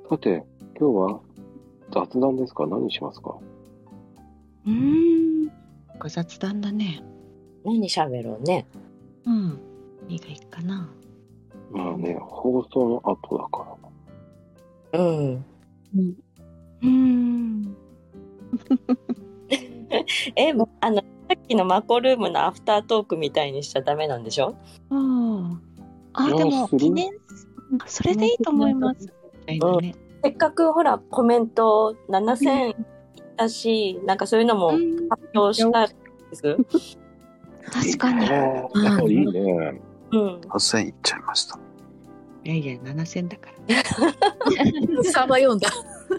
さて、今日は雑談ですか？何しますか？ ご雑談だね。 何喋ろうね。 何がいいかな。 まあね、放送の後だから。さっきのマコルームのアフタートークみたいにしちゃダメなんでしょ？ でも記念、それでいいと思います。 せっかくほらコメント7000いったし、なんかそういうのも発表したいです。 確かに。 いいね。 8000いっちゃいました。 いや7000だから。 サバ読んだ。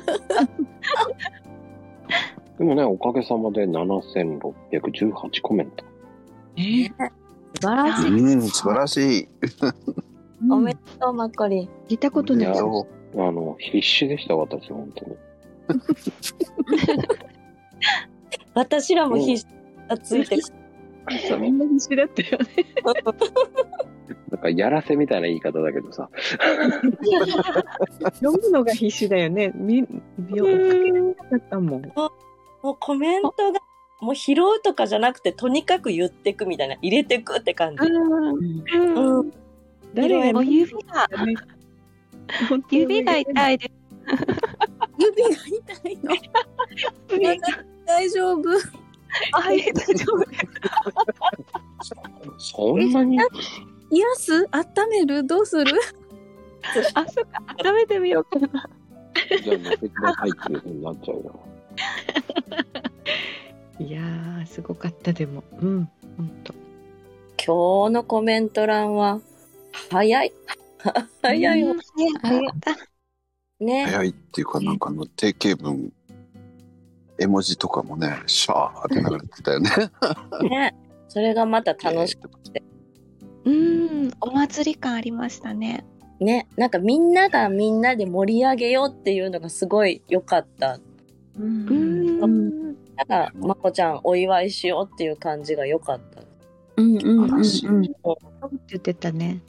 でもね、おかげさまで7618コメント。 素晴らしい。 素晴らしい。 おめでとう、マッコリ。 聞いたことない。 必死でした、私、本当に。 私らも必死がついてみんな必死だったよね。 なんかやらせみたいな言い方だけどさ。 読むのが必死だよね。追っかけなかったもん。 もうコメントがもう拾うとかじゃなくて、とにかく言ってくみたいな、入れてくって感じ。 誰が指が痛いです。 指が痛いの。大丈夫。 大丈夫。 そんなに癒す？温める？どうする？ そっか、温めてみようかな。 じゃあ乗せてくださいっていう風になっちゃうよ。 いやー、すごかったでも。本当。 今日のコメント欄は早い。早いよ。ね。 早いっていうか、なんか定型文、絵文字とかもね、シャーって流れてたよね。 ね。それがまた楽しくて。 お祭り感ありましたね。 ね、なんかみんながみんなで盛り上げようっていうのがすごい良かった。なんかまこちゃんお祝いしようっていう感じが良かった。 って言ってたね。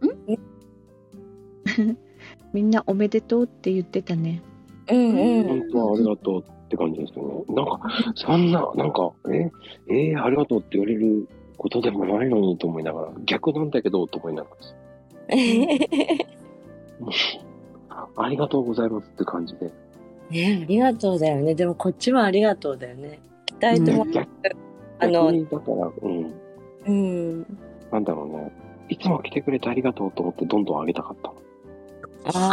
みんなおめでとうって言ってたね。 本当はありがとうって感じですよね。なんかそんななんかありがとうって言われることでもないのにと思いながら、逆なんだけどと思いながら。ありがとうございますって感じで。 ね、ありがとうだよね。でもこっちもありがとうだよね。期待とも逆にだからなんだろうね。いつも来てくれてありがとうと思ってどんどんあげたかった。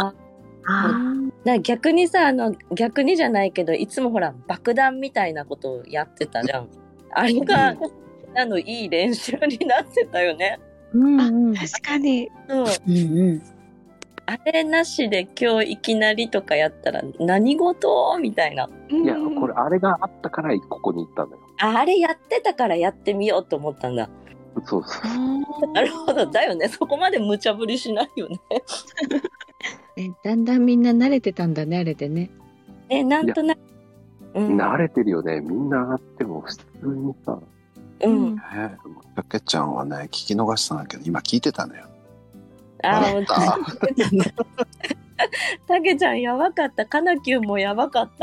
逆にさ、逆にじゃないけど、いつもほら爆弾みたいなことをやってたじゃん。あれがいい練習になってたよね。 確かに。 あれなしで今日いきなりとかやったら何事みたいな。 いや、これあれがあったからここに行ったんだよ。 あれやってたからやってみようと思ったんだ。 そう。 なるほど。だよね。そこまで無茶ぶりしないよね。 だんだんみんな慣れてたんだね、あれでね。 なんとなく。 慣れてるよね。みんな上がっても普通にさ。 たけちゃんはね、聞き逃したんだけど、今聞いてたのよ。 たけちゃんやばかった。かなきゅうもやばかった。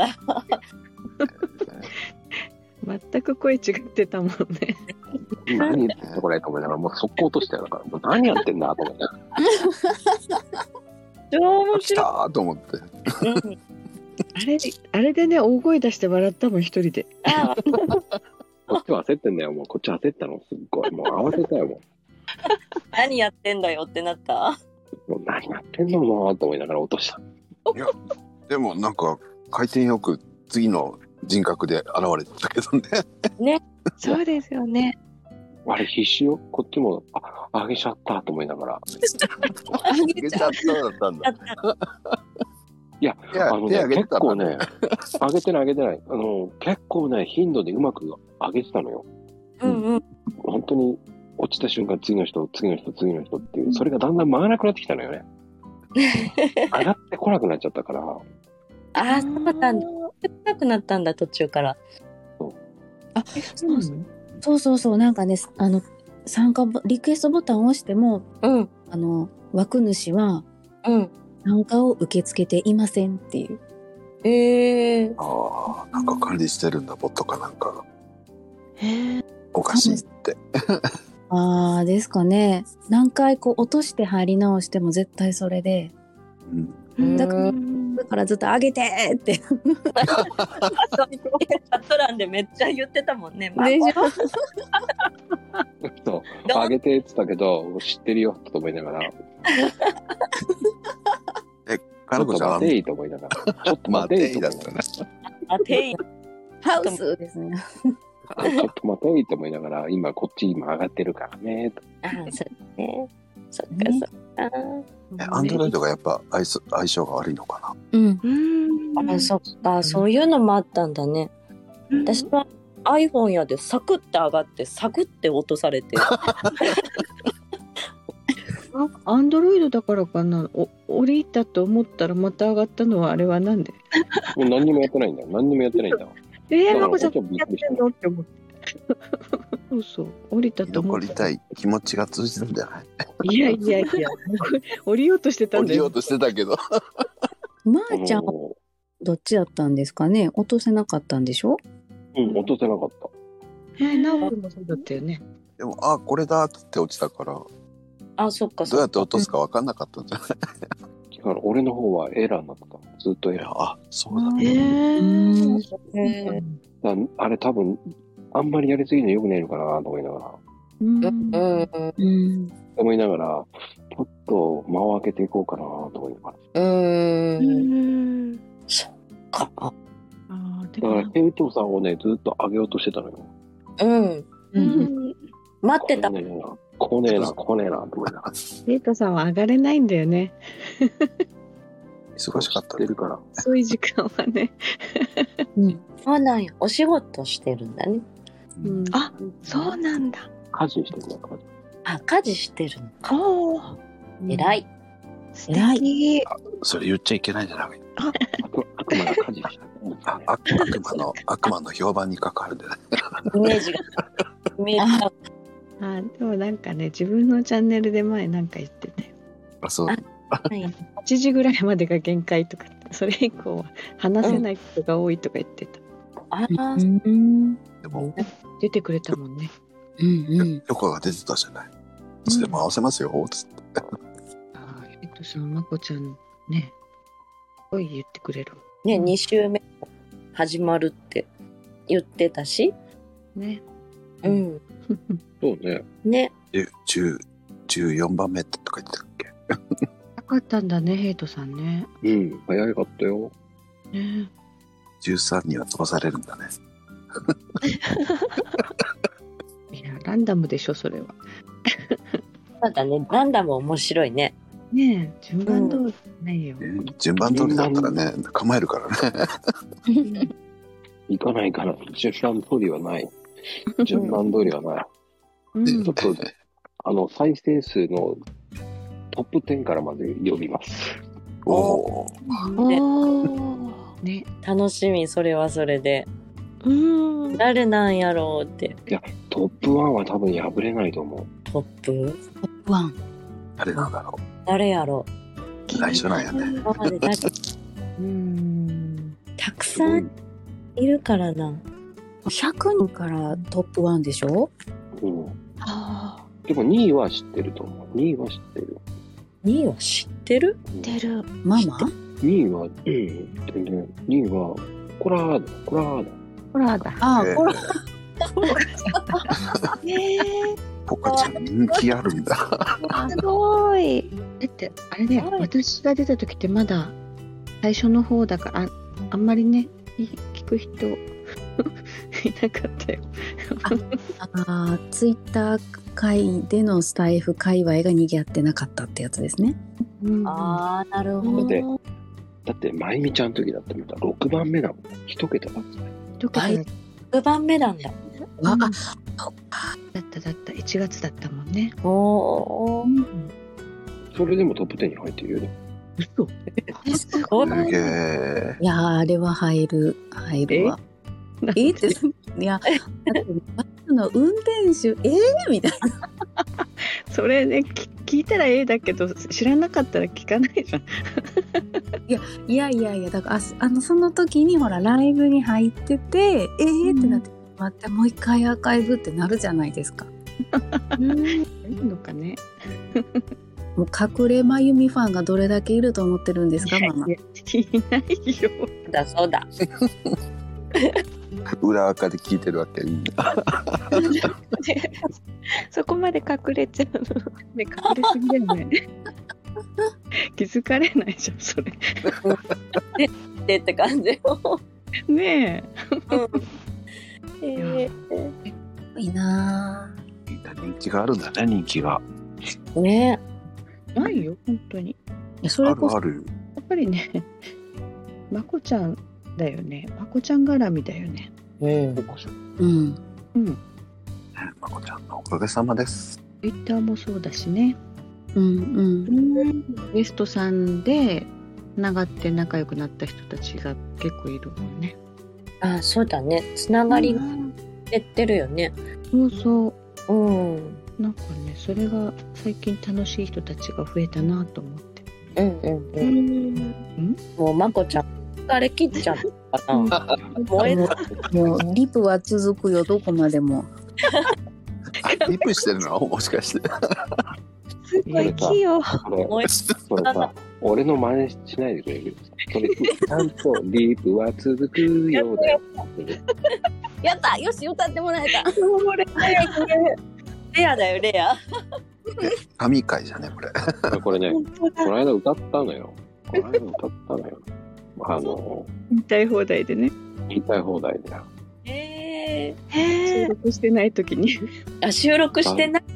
全く声違ってたもんね。 何言ってこないと思いながら、もう速攻としたよ。だから、もう何やってんだと思って。 超面来たーと思って。 あれでね、大声出して笑ったもん、一人で。 こっちは焦ってんだよ。もうこっち焦ったの。すっごい。もう慌てたよ。もう何やってんだよってなった。 もう何やってんのもなと思いながら落とした。 いや、でもなんか回転よく次の人格で現れてたけどね。 ね。 そうですよね。 あれ必死よ。こっちもあげちゃったと思いながら。 あげちゃっただったんだ。 いや結構ね、あげてない。結構ね、頻度でうまくあげてたのよ。本当に落ちた瞬間、次の人っていう、それがだんだん回らなくなってきたのよね。上がってこなくなっちゃったから。 そうなんだ。なくなったんだ、途中から。 そう。なんかね、参加リクエストボタンを押しても、枠主は、 参加を受け付けていませんっていう。 ああ、なんか管理してるんだ、ボットかなんかが。おかしいって。 ああ、ですかね。何回こう落として入り直しても絶対それで。だからずっと上げてって。チャット欄でめっちゃ言ってたもんね。 でしょそう。上げてって言ったけど、知ってるよと思いながら。 かなこちゃん。 ちょっと待ていと思いながら。ちょっと待ていと思いながら。 ハウスですね。 ちょっと待ていと思いながら、今こっち今上がってるからね。 ああ、そうね。そっかそっか。 アンドロイドがやっぱ相性が悪いのかな。 あ、そっか、そういうのもあったんだね。私は iPhone やでサクッて上がってサクッて落とされて。 アンドロイドだからかな。降りたと思ったらまた上がったのはあれはなんで？ もう何にもやってないんだよ。何にもやってないんだよ。 まこちゃんやってんのって思って。そうそう、降りたと思った。 残りたい気持ちが通じるんじゃない？ いや降りようとしてたんだよ。 降りようとしてたけど。 まーちゃんどっちだったんですかね。落とせなかったんでしょ？ 落とせなかった。 ナオ君もそうだったよね。 でもこれだって落ちたから。 あ、そっかどうやって落とすか分かんなかったんじゃない？ 俺の方はエラーになってた。ずっとエラー。 あ、そうだね。 あれ多分あんまりやりすぎるの良くないのかなと思いながら。思いながら、ちょっと間を開けていこうかなと思いながら。 そっか。 だからヘイトさんをねずっと上げようとしてたのよ。 待ってた。 来ねえなと思いながら。 ヘイトさんは上がれないんだよね。 忙しかったね。るから。 そういう時間はね。 そうなんや。お仕事してるんだね。 あ、そうなんだ。 家事してるのか。 家事してるのか。偉い。 偉い。 それ言っちゃいけないんじゃない？ 悪魔が家事してる。 悪魔の評判に関わるんだよね。 イメージが。 でもなんかね、自分のチャンネルで前なんか言ってたよ。 あ、そう。 8時ぐらいまでが限界とか、それ以降は話せないことが多いとか言ってた。 でも出てくれたもんね。 許可が出てたじゃない。いつでも合わせますよつって。 ヘイトさん、まこちゃんね、すごい言ってくれる。 ね、2週目始まるって言ってたし。 ね。 そうね。 ね。 14番目とか言ってたっけ？ 早かったんだね、ヘイトさんね。 早かったよ。 ね。 13には飛ばされるんだね。 いや、ランダムでしょ、それは。 そうだね、ランダム面白いね。 ねえ、順番通りないよ。 順番通りだったらね、構えるからね。 行かないから、順番通りはない。順番通りはない。ちょっと、再生数のトップ10からまで呼びます。 ね、楽しみ、それはそれで。誰なんやろうって。 いや、トップ1は多分破れないと思う。 トップ 1？ 誰なんだろう。 誰やろう。内緒なんやね。 たくさんいるからな。 100人からトップ1でしょ？ でも2位は知ってると思う。2位は知ってる。 2位は知ってる？ 知ってる。 ママ ？2位は、2位は、コラーダ。 コラーダ。 コラーダ。 ポカちゃん人気あるんだ。 すごい。 だって、あれね、私が出た時ってまだ最初の方だから、あんまりね、聞く人いなかったよ。 ツイッター界でのスタイフ界隈が賑わってなかったってやつですね。 なるほど。 だって、まゆみちゃんの時だってまた6番目だもん。1桁だった。 6番目なんだ。 だった。1月だったもんね。 それでもトップ10に入ってるよね。 嘘。 すごい。 すげえ。 いや、あれは入るわ。っていや、バスの運転手みたいな。 それね、 聞いたらだけど知らなかったら聞かないじゃん。 いやだからその時にほらライブに入っててってなって、待ってもう一回アーカイブってなるじゃないですか。 いるのかね。 もう隠れまゆみファンがどれだけいると思ってるんですか、ママ。 いないよ。 そうだ。 裏垢で聞いてるわけ。 そこまで隠れちゃうの。 ね、隠れすぎだよね。気づかれないじゃん、それ。 って感じよ。 ねいいな人気があるんだね、人気が。 ね。 ないよ、本当に。 それこそある。 やっぱりね、まこちゃんだよね。まこちゃん絡みだよね。 うんまこちゃんのおかげさまです。 ツイッターもそうだしね。 うんゲストさんでつながって仲良くなった人たちが結構いるもんね。 あ、そうだね。つながりが減ってるよね。 そうそう。 うん。 なんかね、それが最近楽しい人たちが増えたなと思って。 もうまこちゃん疲れ切っちゃったかな。 もうリプは続くよ、どこまでも。 リプしてるのもしかして。 すごい器用。 これさ、俺の真似しないでくれる？それちゃんとリープは続くようだよ。 やった、よし、歌ってもらえた。 レアだよ、レア。 神回じゃね、これ。 これね、この間歌ったのよ。 言いたい放題でね。 言いたい放題だよ。 収録してない時に。 あ、収録してない。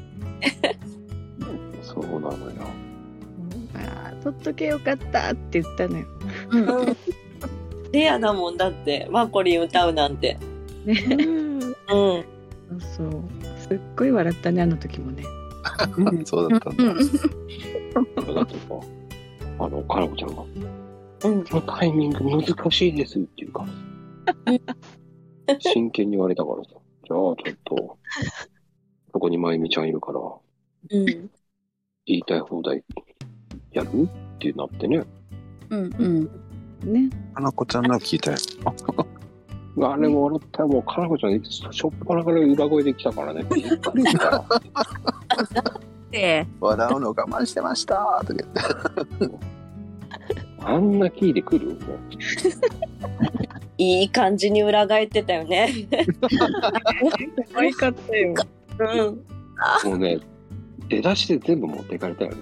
そうなのよ。 撮っとけよかったって言ったのよ。 レアだもんだって、マコリン歌うなんて。 ね。 そう 。すっごい笑ったね、あの時もね。 そうだったんだ。 だってさ、かなこちゃんが、そのタイミング難しいですっていうか、真剣に言われたからさ、じゃあちょっと、そこにまゆみちゃんいるから、言いたい放題やるってなってね。 ね。 かなこちゃんの聞いたよ。 あれも笑ったよ。もうかなこちゃん、しょっぱなから裏声で来たからね。びっくりした。 笑うの我慢してましたとか言って。 あんなキーで来る？ いい感じに裏返ってたよね。 可愛かったよ。 もうね、出だしで全部持っていかれたよね。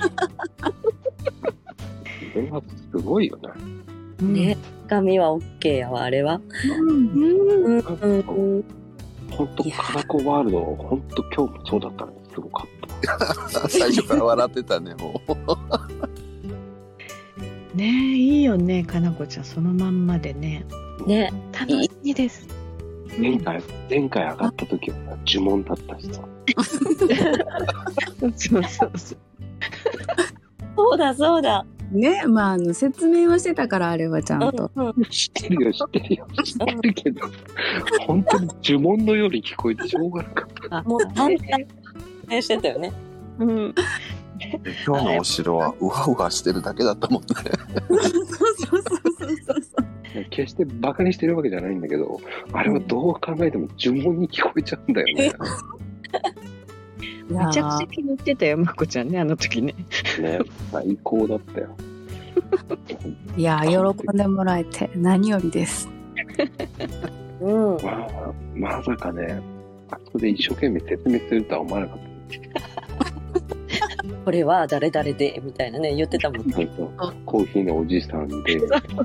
それはすごいよね。 ね、髪は OK やわ、あれは。 本当カラコワールド、本当今日もそうだったね。すごかった。 最初から笑ってたね、もう。 ねえ、いいよね、かなこちゃん、そのまんまでね。 ね、 楽しいです。 前回上がった時は呪文だったしさ。 そうだそうだ。 ね、まあ説明はしてたから、あれはちゃんと。 知ってるよ、知ってるけど、本当に呪文のように聞こえてしょうがなかった。 もう反対してたよね。 今日のお城はうわうわしてるだけだったもんね。 決してバカにしてるわけじゃないんだけど、あれはどう考えても呪文に聞こえちゃうんだよね。 めちゃくちゃ気に入ってたよ、まこちゃんね、あの時ね。 ね、最高だったよ。 いや、喜んでもらえて何よりです。 まさかね、あそこで一生懸命説明するとは思わなかった。 これは誰々でみたいなね、言ってたもんね。 コーヒーのおじさんで。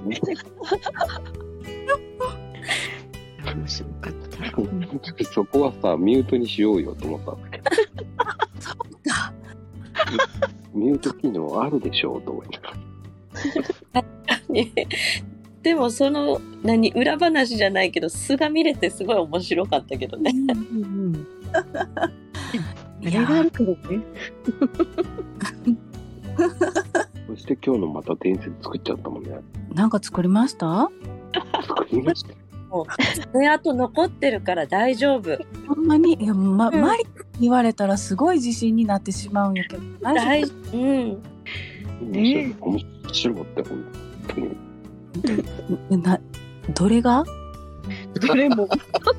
面白かった。 そこはさ、ミュートにしようよと思ったんだけど。 そうか。 ミュート機能あるでしょうと思いながら。 でもその裏話じゃないけど素が見れてすごい面白かったけどね。 あれがあるからね。 そして今日のまた伝説作っちゃったもんね。 なんか作りました？ 作りました。 も爪痕残ってるから大丈夫。 ほんまに、いや、マリに言われたらすごい自信になってしまうんやけど。 大丈夫。 面白かったよ、本当に。 どれが？ どれも。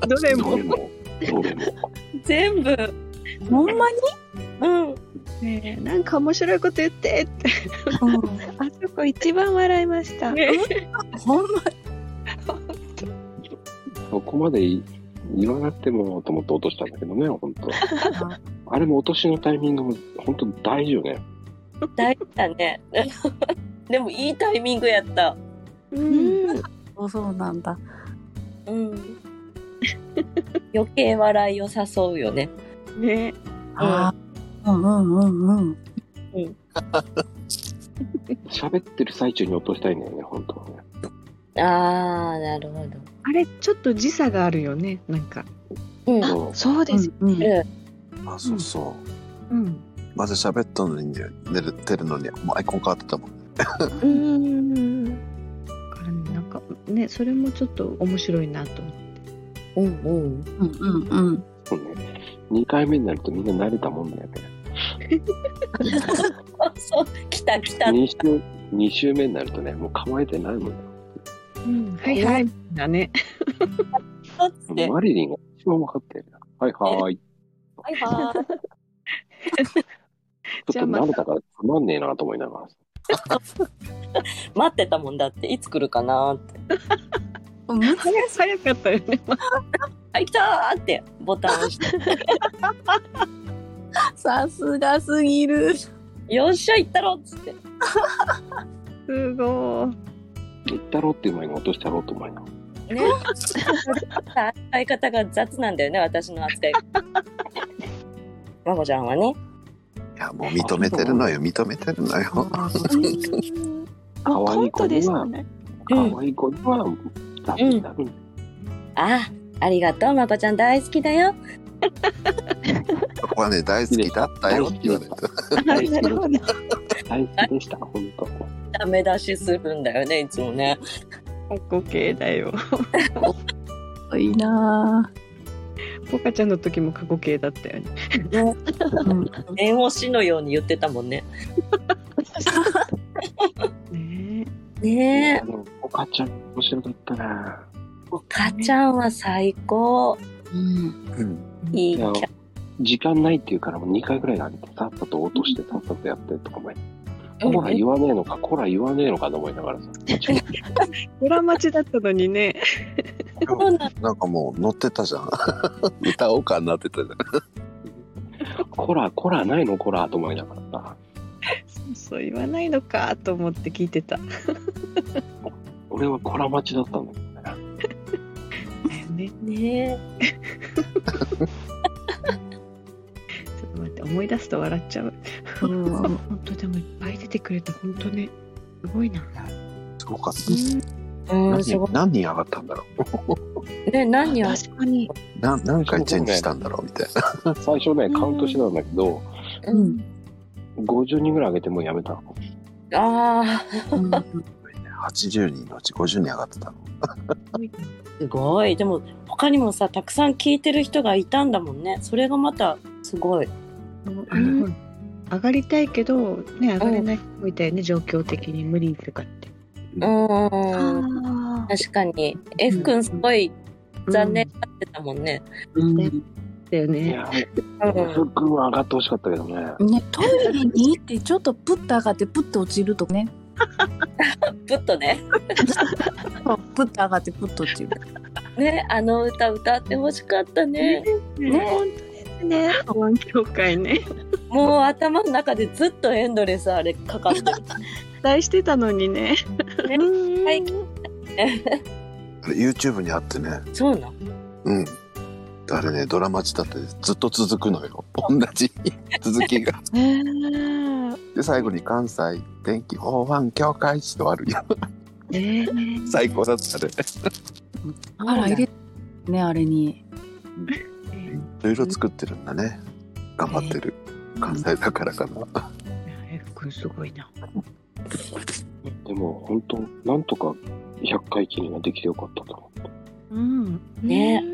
全部。 ほんまに？ ねえ、なんか面白いこと言ってって。 あそこ一番笑いました。 ほんま。 そこまで言わなくてもと思って落としたんだけどね、本当。あれも落としのタイミングも本当大事よね。 大事だね。でもいいタイミングやった。 そうなんだ。 余計笑いを誘うよね。 ね。 喋ってる最中に落としたいんだよね、本当はね。 なるほど。 あれちょっと時差があるよね、なんか。 そうですね。 そうそう。まず喋ったのに寝てるのにもうアイコン変わってたもん。 なんかね、それもちょっと面白いなと思って。 そうね。2回目になるとみんな慣れたもんだよね。 そう来た。 2週目になるとね、もう構えてないもんだよ。 はいはいだね。 マリリンが一番分かってるな。はいはい。ちょっと慣れたからつまんねえなと思いながら。 待ってたもんだって、いつ来るかなって。 早かったよね。 来たーってボタン押して。 さすがすぎる。 よっしゃ行ったろっつって。 すごい。 行ったろっていう前に落としたろと思いな。 ね。扱い方が雑なんだよね、私の扱い方。まこちゃんはね。 いや、もう認めてるのよ。 可愛い子には、雑になる。 ありがとう、まこちゃん大好きだよ。 そこはね、大好きだったよって言われた。 大好きでした、本当。 ダメ出しするんだよね、いつもね。 過去形だよ。 いいなぁ。ポカちゃんの時も過去形だったよね。 念押しのように言ってたもんね。ねえ。 ポカちゃん面白かったな。 ポカちゃんは最高。いいキャ。 時間ないっていうからもう2回ぐらいあげてさっさと落としてさっさとやってとかもコラ言わねえのかと思いながらさ。 コラ待ちだったのにね。 なんかもう乗ってたじゃん。歌おうかなってたじゃん。 コラないのコラと思いながらさ。 そう言わないのかと思って聞いてた。 俺はコラ待ちだったんだけどね。 ねえ。 ちょっと待って、思い出すと笑っちゃう。本当でもいっぱい出てくれた。本当ね、すごいな。 すごかった。何人上がったんだろう。ね、何人？ 確かに。 何回チェンジしたんだろうみたいな。 最初ね、カウントしてたんだけど、50人ぐらい上げてもうやめた。 80人のうち50人上がってたの。 すごい。でも他にもさ、たくさん聞いてる人がいたんだもんね。それがまたすごい。 上がりたいけどね、上がれない人もいたよね、状況的に無理とかって。 確かに F 君すごい残念がってたもんね。 だよね。 F 君は上がってほしかったけどね。 トイレに行ってちょっとプッと上がってプッと落ちるとかね。 プッとね。 プッと上がってプッと落ちる。 ね、あの歌歌ってほしかったね。 本当ですね。保安協会ね。 もう頭の中でずっとエンドレスあれかかってる。 期待してたのにね。 YouTube にあってね。 そうな。 あれね、ドラマ仕立てでずっと続くのよ。同じ続きが。で、最後に関西電気法案協会誌とあるよ。最高だったね。 あら、入れね、あれに。 いろいろ作ってるんだね。頑張ってる。関西だからかな。 すごいな。 でも本当なんとか100回記念ができてよかったと思って。 ね。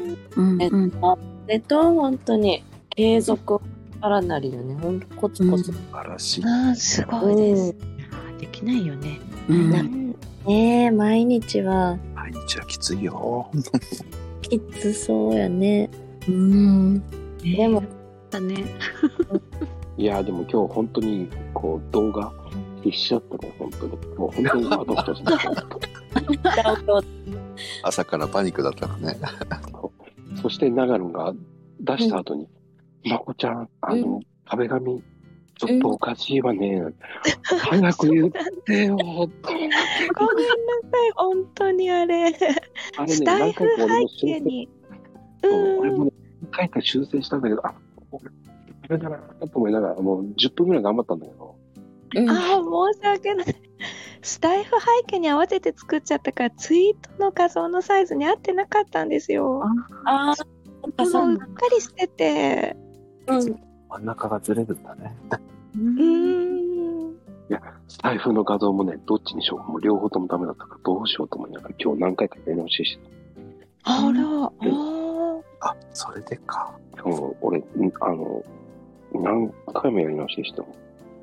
本当に継続からなるよね。本当コツコツ。 素晴らしい。 すごいです。できないよね。 ね、毎日はきついよ。 きつそうやね。でもだね。 いやでも今日本当にこう動画必死だったね。本当にもう本当にワドとして朝からパニックだったのね。 そして長野が出した後に、まこちゃん壁紙ちょっとおかしいわね。早く言ってよ。ごめんなさい、 本当にあれ。スタイフ背景に。 俺もね、何回か修正したんだけど、あれだなと思いながら、もう10分ぐらい頑張ったんだけど。 申し訳ない。スタイフ背景に合わせて作っちゃったから、ツイートの画像のサイズに合ってなかったんですよ。もううっかりしてて。 真ん中がずれるんだね。 いや、スタイフの画像もね、どっちにしようか、もう両方ともダメだったからどうしようと思いながら今日何回かやり直ししてた。 それでか。 俺、何回もやり直ししても。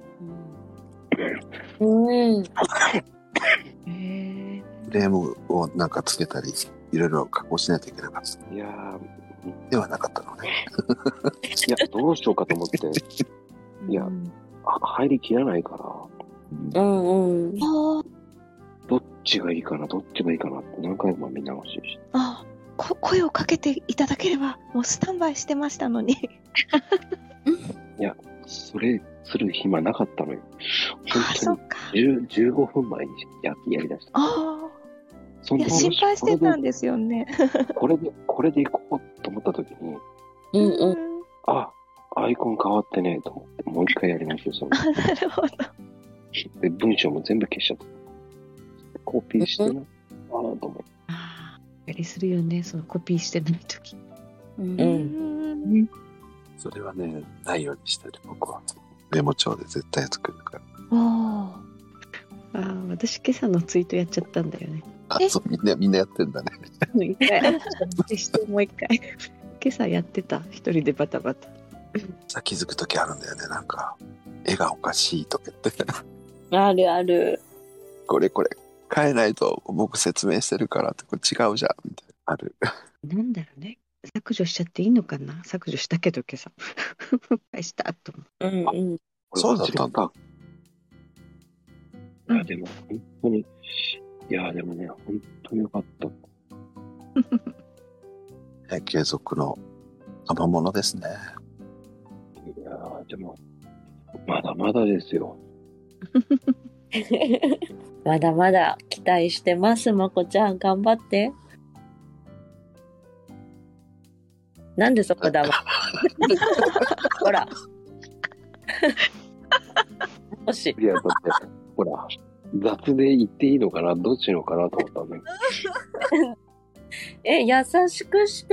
フレームをなんかつけたり、いろいろ加工しないといけなかった。 いやではなかったのね。 いや、どうしようかと思って。いや、入りきらないから。どっちがいいかなって何回も見直しして。 声をかけていただければ、もうスタンバイしてましたのに。 いや、それする暇なかったのよ。本当に15分前にやりだした。 いや、心配してたんですよね。 これで行こうと思った時に、アイコン変わってねと思って、もう一回やりましょう。 なるほど。 で、文章も全部消しちゃった。コピーしてな、と思って。 やりするよね、そのコピーしてないとき。 それはね、ないようにしてる、僕は。メモ帳で絶対作るから。 私今朝のツイートやっちゃったんだよね。 そう、みんなやってんだね。 一回、もう一回。今朝やってた、一人でバタバタ。 さ、気づくときあるんだよね、なんか。絵がおかしいとか言って。 あるある。 これ、変えないと僕説明してるからって、これ違うじゃん、みたいな。ある。 なんだろうね。削除しちゃっていいのかな。削除したけど今朝。返したと思う。 そうだったんだ。 いや、でも本当に、でもね、本当によかった。 継続の賜物ですね。 いやでも、まだまだですよ。 まだまだ期待してます、まこちゃん。頑張って。なんでそこだわ。ほら。もし。 いや、だって、ほら、雑で言っていいのかな、どっちのかなと思ったんだけど。 優しくして。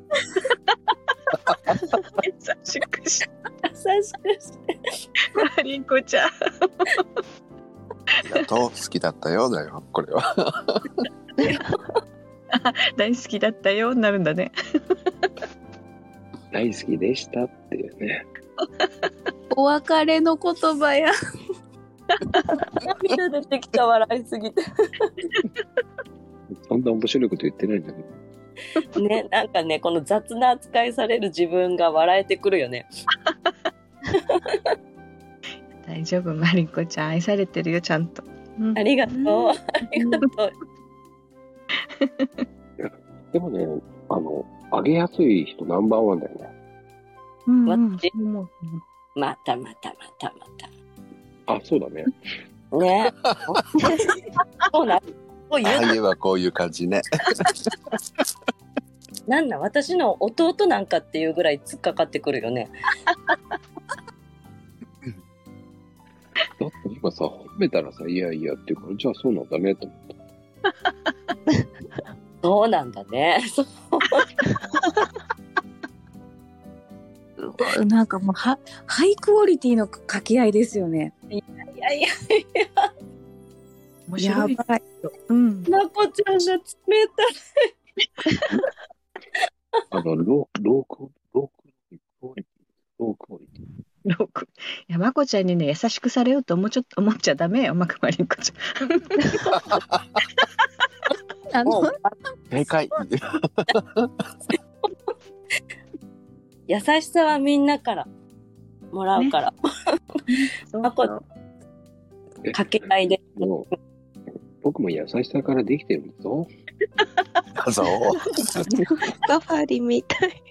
優しくして。 優しくして。 マリンコちゃん。 ありがとう、好きだったよだよ、これは。 大好きだったよになるんだね。 大好きでしたっていうね。 お別れの言葉や。 涙出てきた、笑いすぎて。 そんな面白いこと言ってないんだけど。 ね、なんかね、この雑な扱いされる自分が笑えてくるよね。 大丈夫、マリンコちゃん愛されてるよ、ちゃんと。 ありがとう。ありがとう。 でもね、あげやすい人ナンバーワンだよね。 私また。 あ、そうだね。 ね。そうな。 ああ言えばこういう感じね。 なんだ、私の弟なんかっていうぐらい突っかかってくるよね。 だって今さ、褒めたらさ、いやいやっていうから、じゃあそうなんだねと思った。 そうなんだね。 なんかもうハイクオリティの掛け合いですよね。 いや。 面白い。 やばい。 まこちゃんが冷たい。 ロークオリティ。 いや、まこちゃんにね、優しくされようと思っちゃダメよ、まくまりんこちゃん。 正解。 優しさはみんなからもらうから。まこかけ合いで。 僕も優しさからできてるんだぞ。 そう。 バファリンみたい。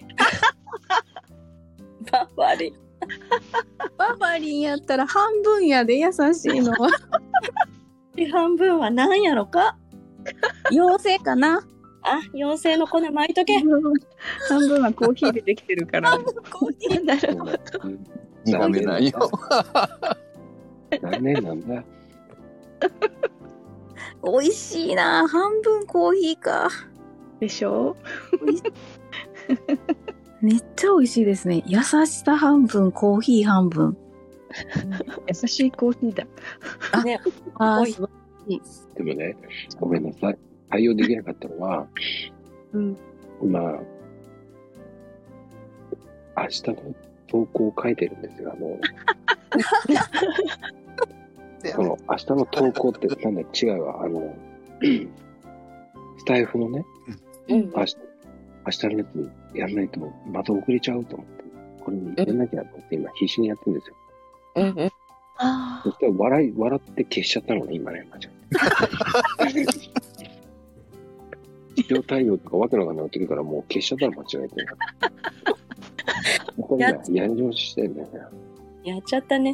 バファリン。 バファリンやったら半分やで、優しいのは。 半分は何やろか。 妖精かな。 あ、妖精の粉巻いとけ。 半分はコーヒーでできてるから。 コーヒーなるほど。 苦めないよ。 残念なんだ。 美味しいな。半分コーヒーか。 でしょ。 めっちゃ美味しいですね。優しさ半分、コーヒー半分。 優しいコーヒーだ。 ね、 でもね、ごめんなさい。対応できなかったのは、今、明日の投稿を書いてるんですが、この明日の投稿ってなんだ違うわ。スタイフのね、明日のやつやんないとまた遅れちゃうと思って、これにやんなきゃと思って今必死にやってるんですよ。そしたら笑って消しちゃったのね、今ね、間違えて。視聴対応とかわけのわかんなくなってるからもう消しちゃったら間違えてる。これね、やり直ししてんだよね。 やっちゃったね。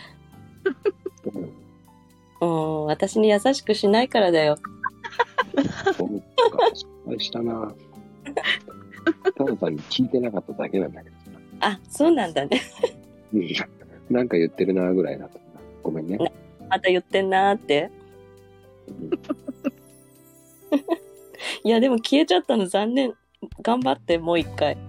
私に優しくしないからだよ。 そうか、失敗したな。ただ単に聞いてなかっただけなんだけど。 あ、そうなんだね。 なんか言ってるなぐらいだった。ごめんね。 また言ってんなーって。いや、でも消えちゃったの残念。頑張って、もう一回。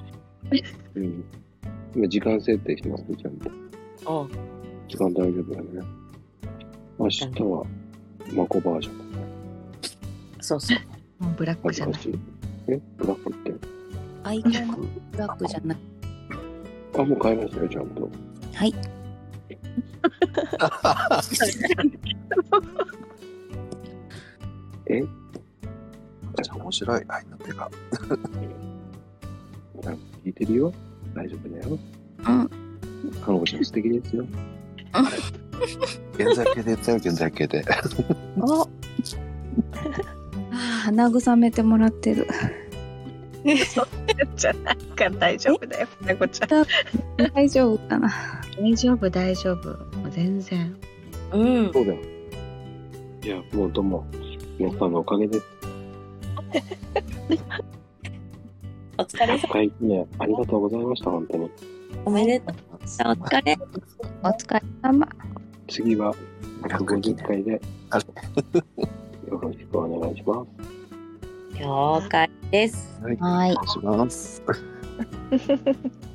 今、時間設定してますね、ちゃんと。時間大丈夫だね。明日は、マコバージョンだね。 そうそう。 もうブラックじゃない。 ブラックって。 アイコンがブラックじゃない。 あ、もう買いましたよ、ちゃんと。 はい。 面白い。愛の手が。 聞いてるよ。大丈夫だよ。かのこちゃん素敵ですよ。 現在形で言ったよ、現在形で。 慰めてもらってる。 じゃなんか大丈夫だよ、なこちゃん。 大丈夫かな。 大丈夫、大丈夫。もう全然。 そうだよ。いや、もうどうも、皆さんのおかげです。 お疲れ様。 はいね、ありがとうございました、本当に。 おめでとう。お疲れ。 お疲れ様。 次は150回でよろしくお願いします。 了解です。 はい。 お願いします。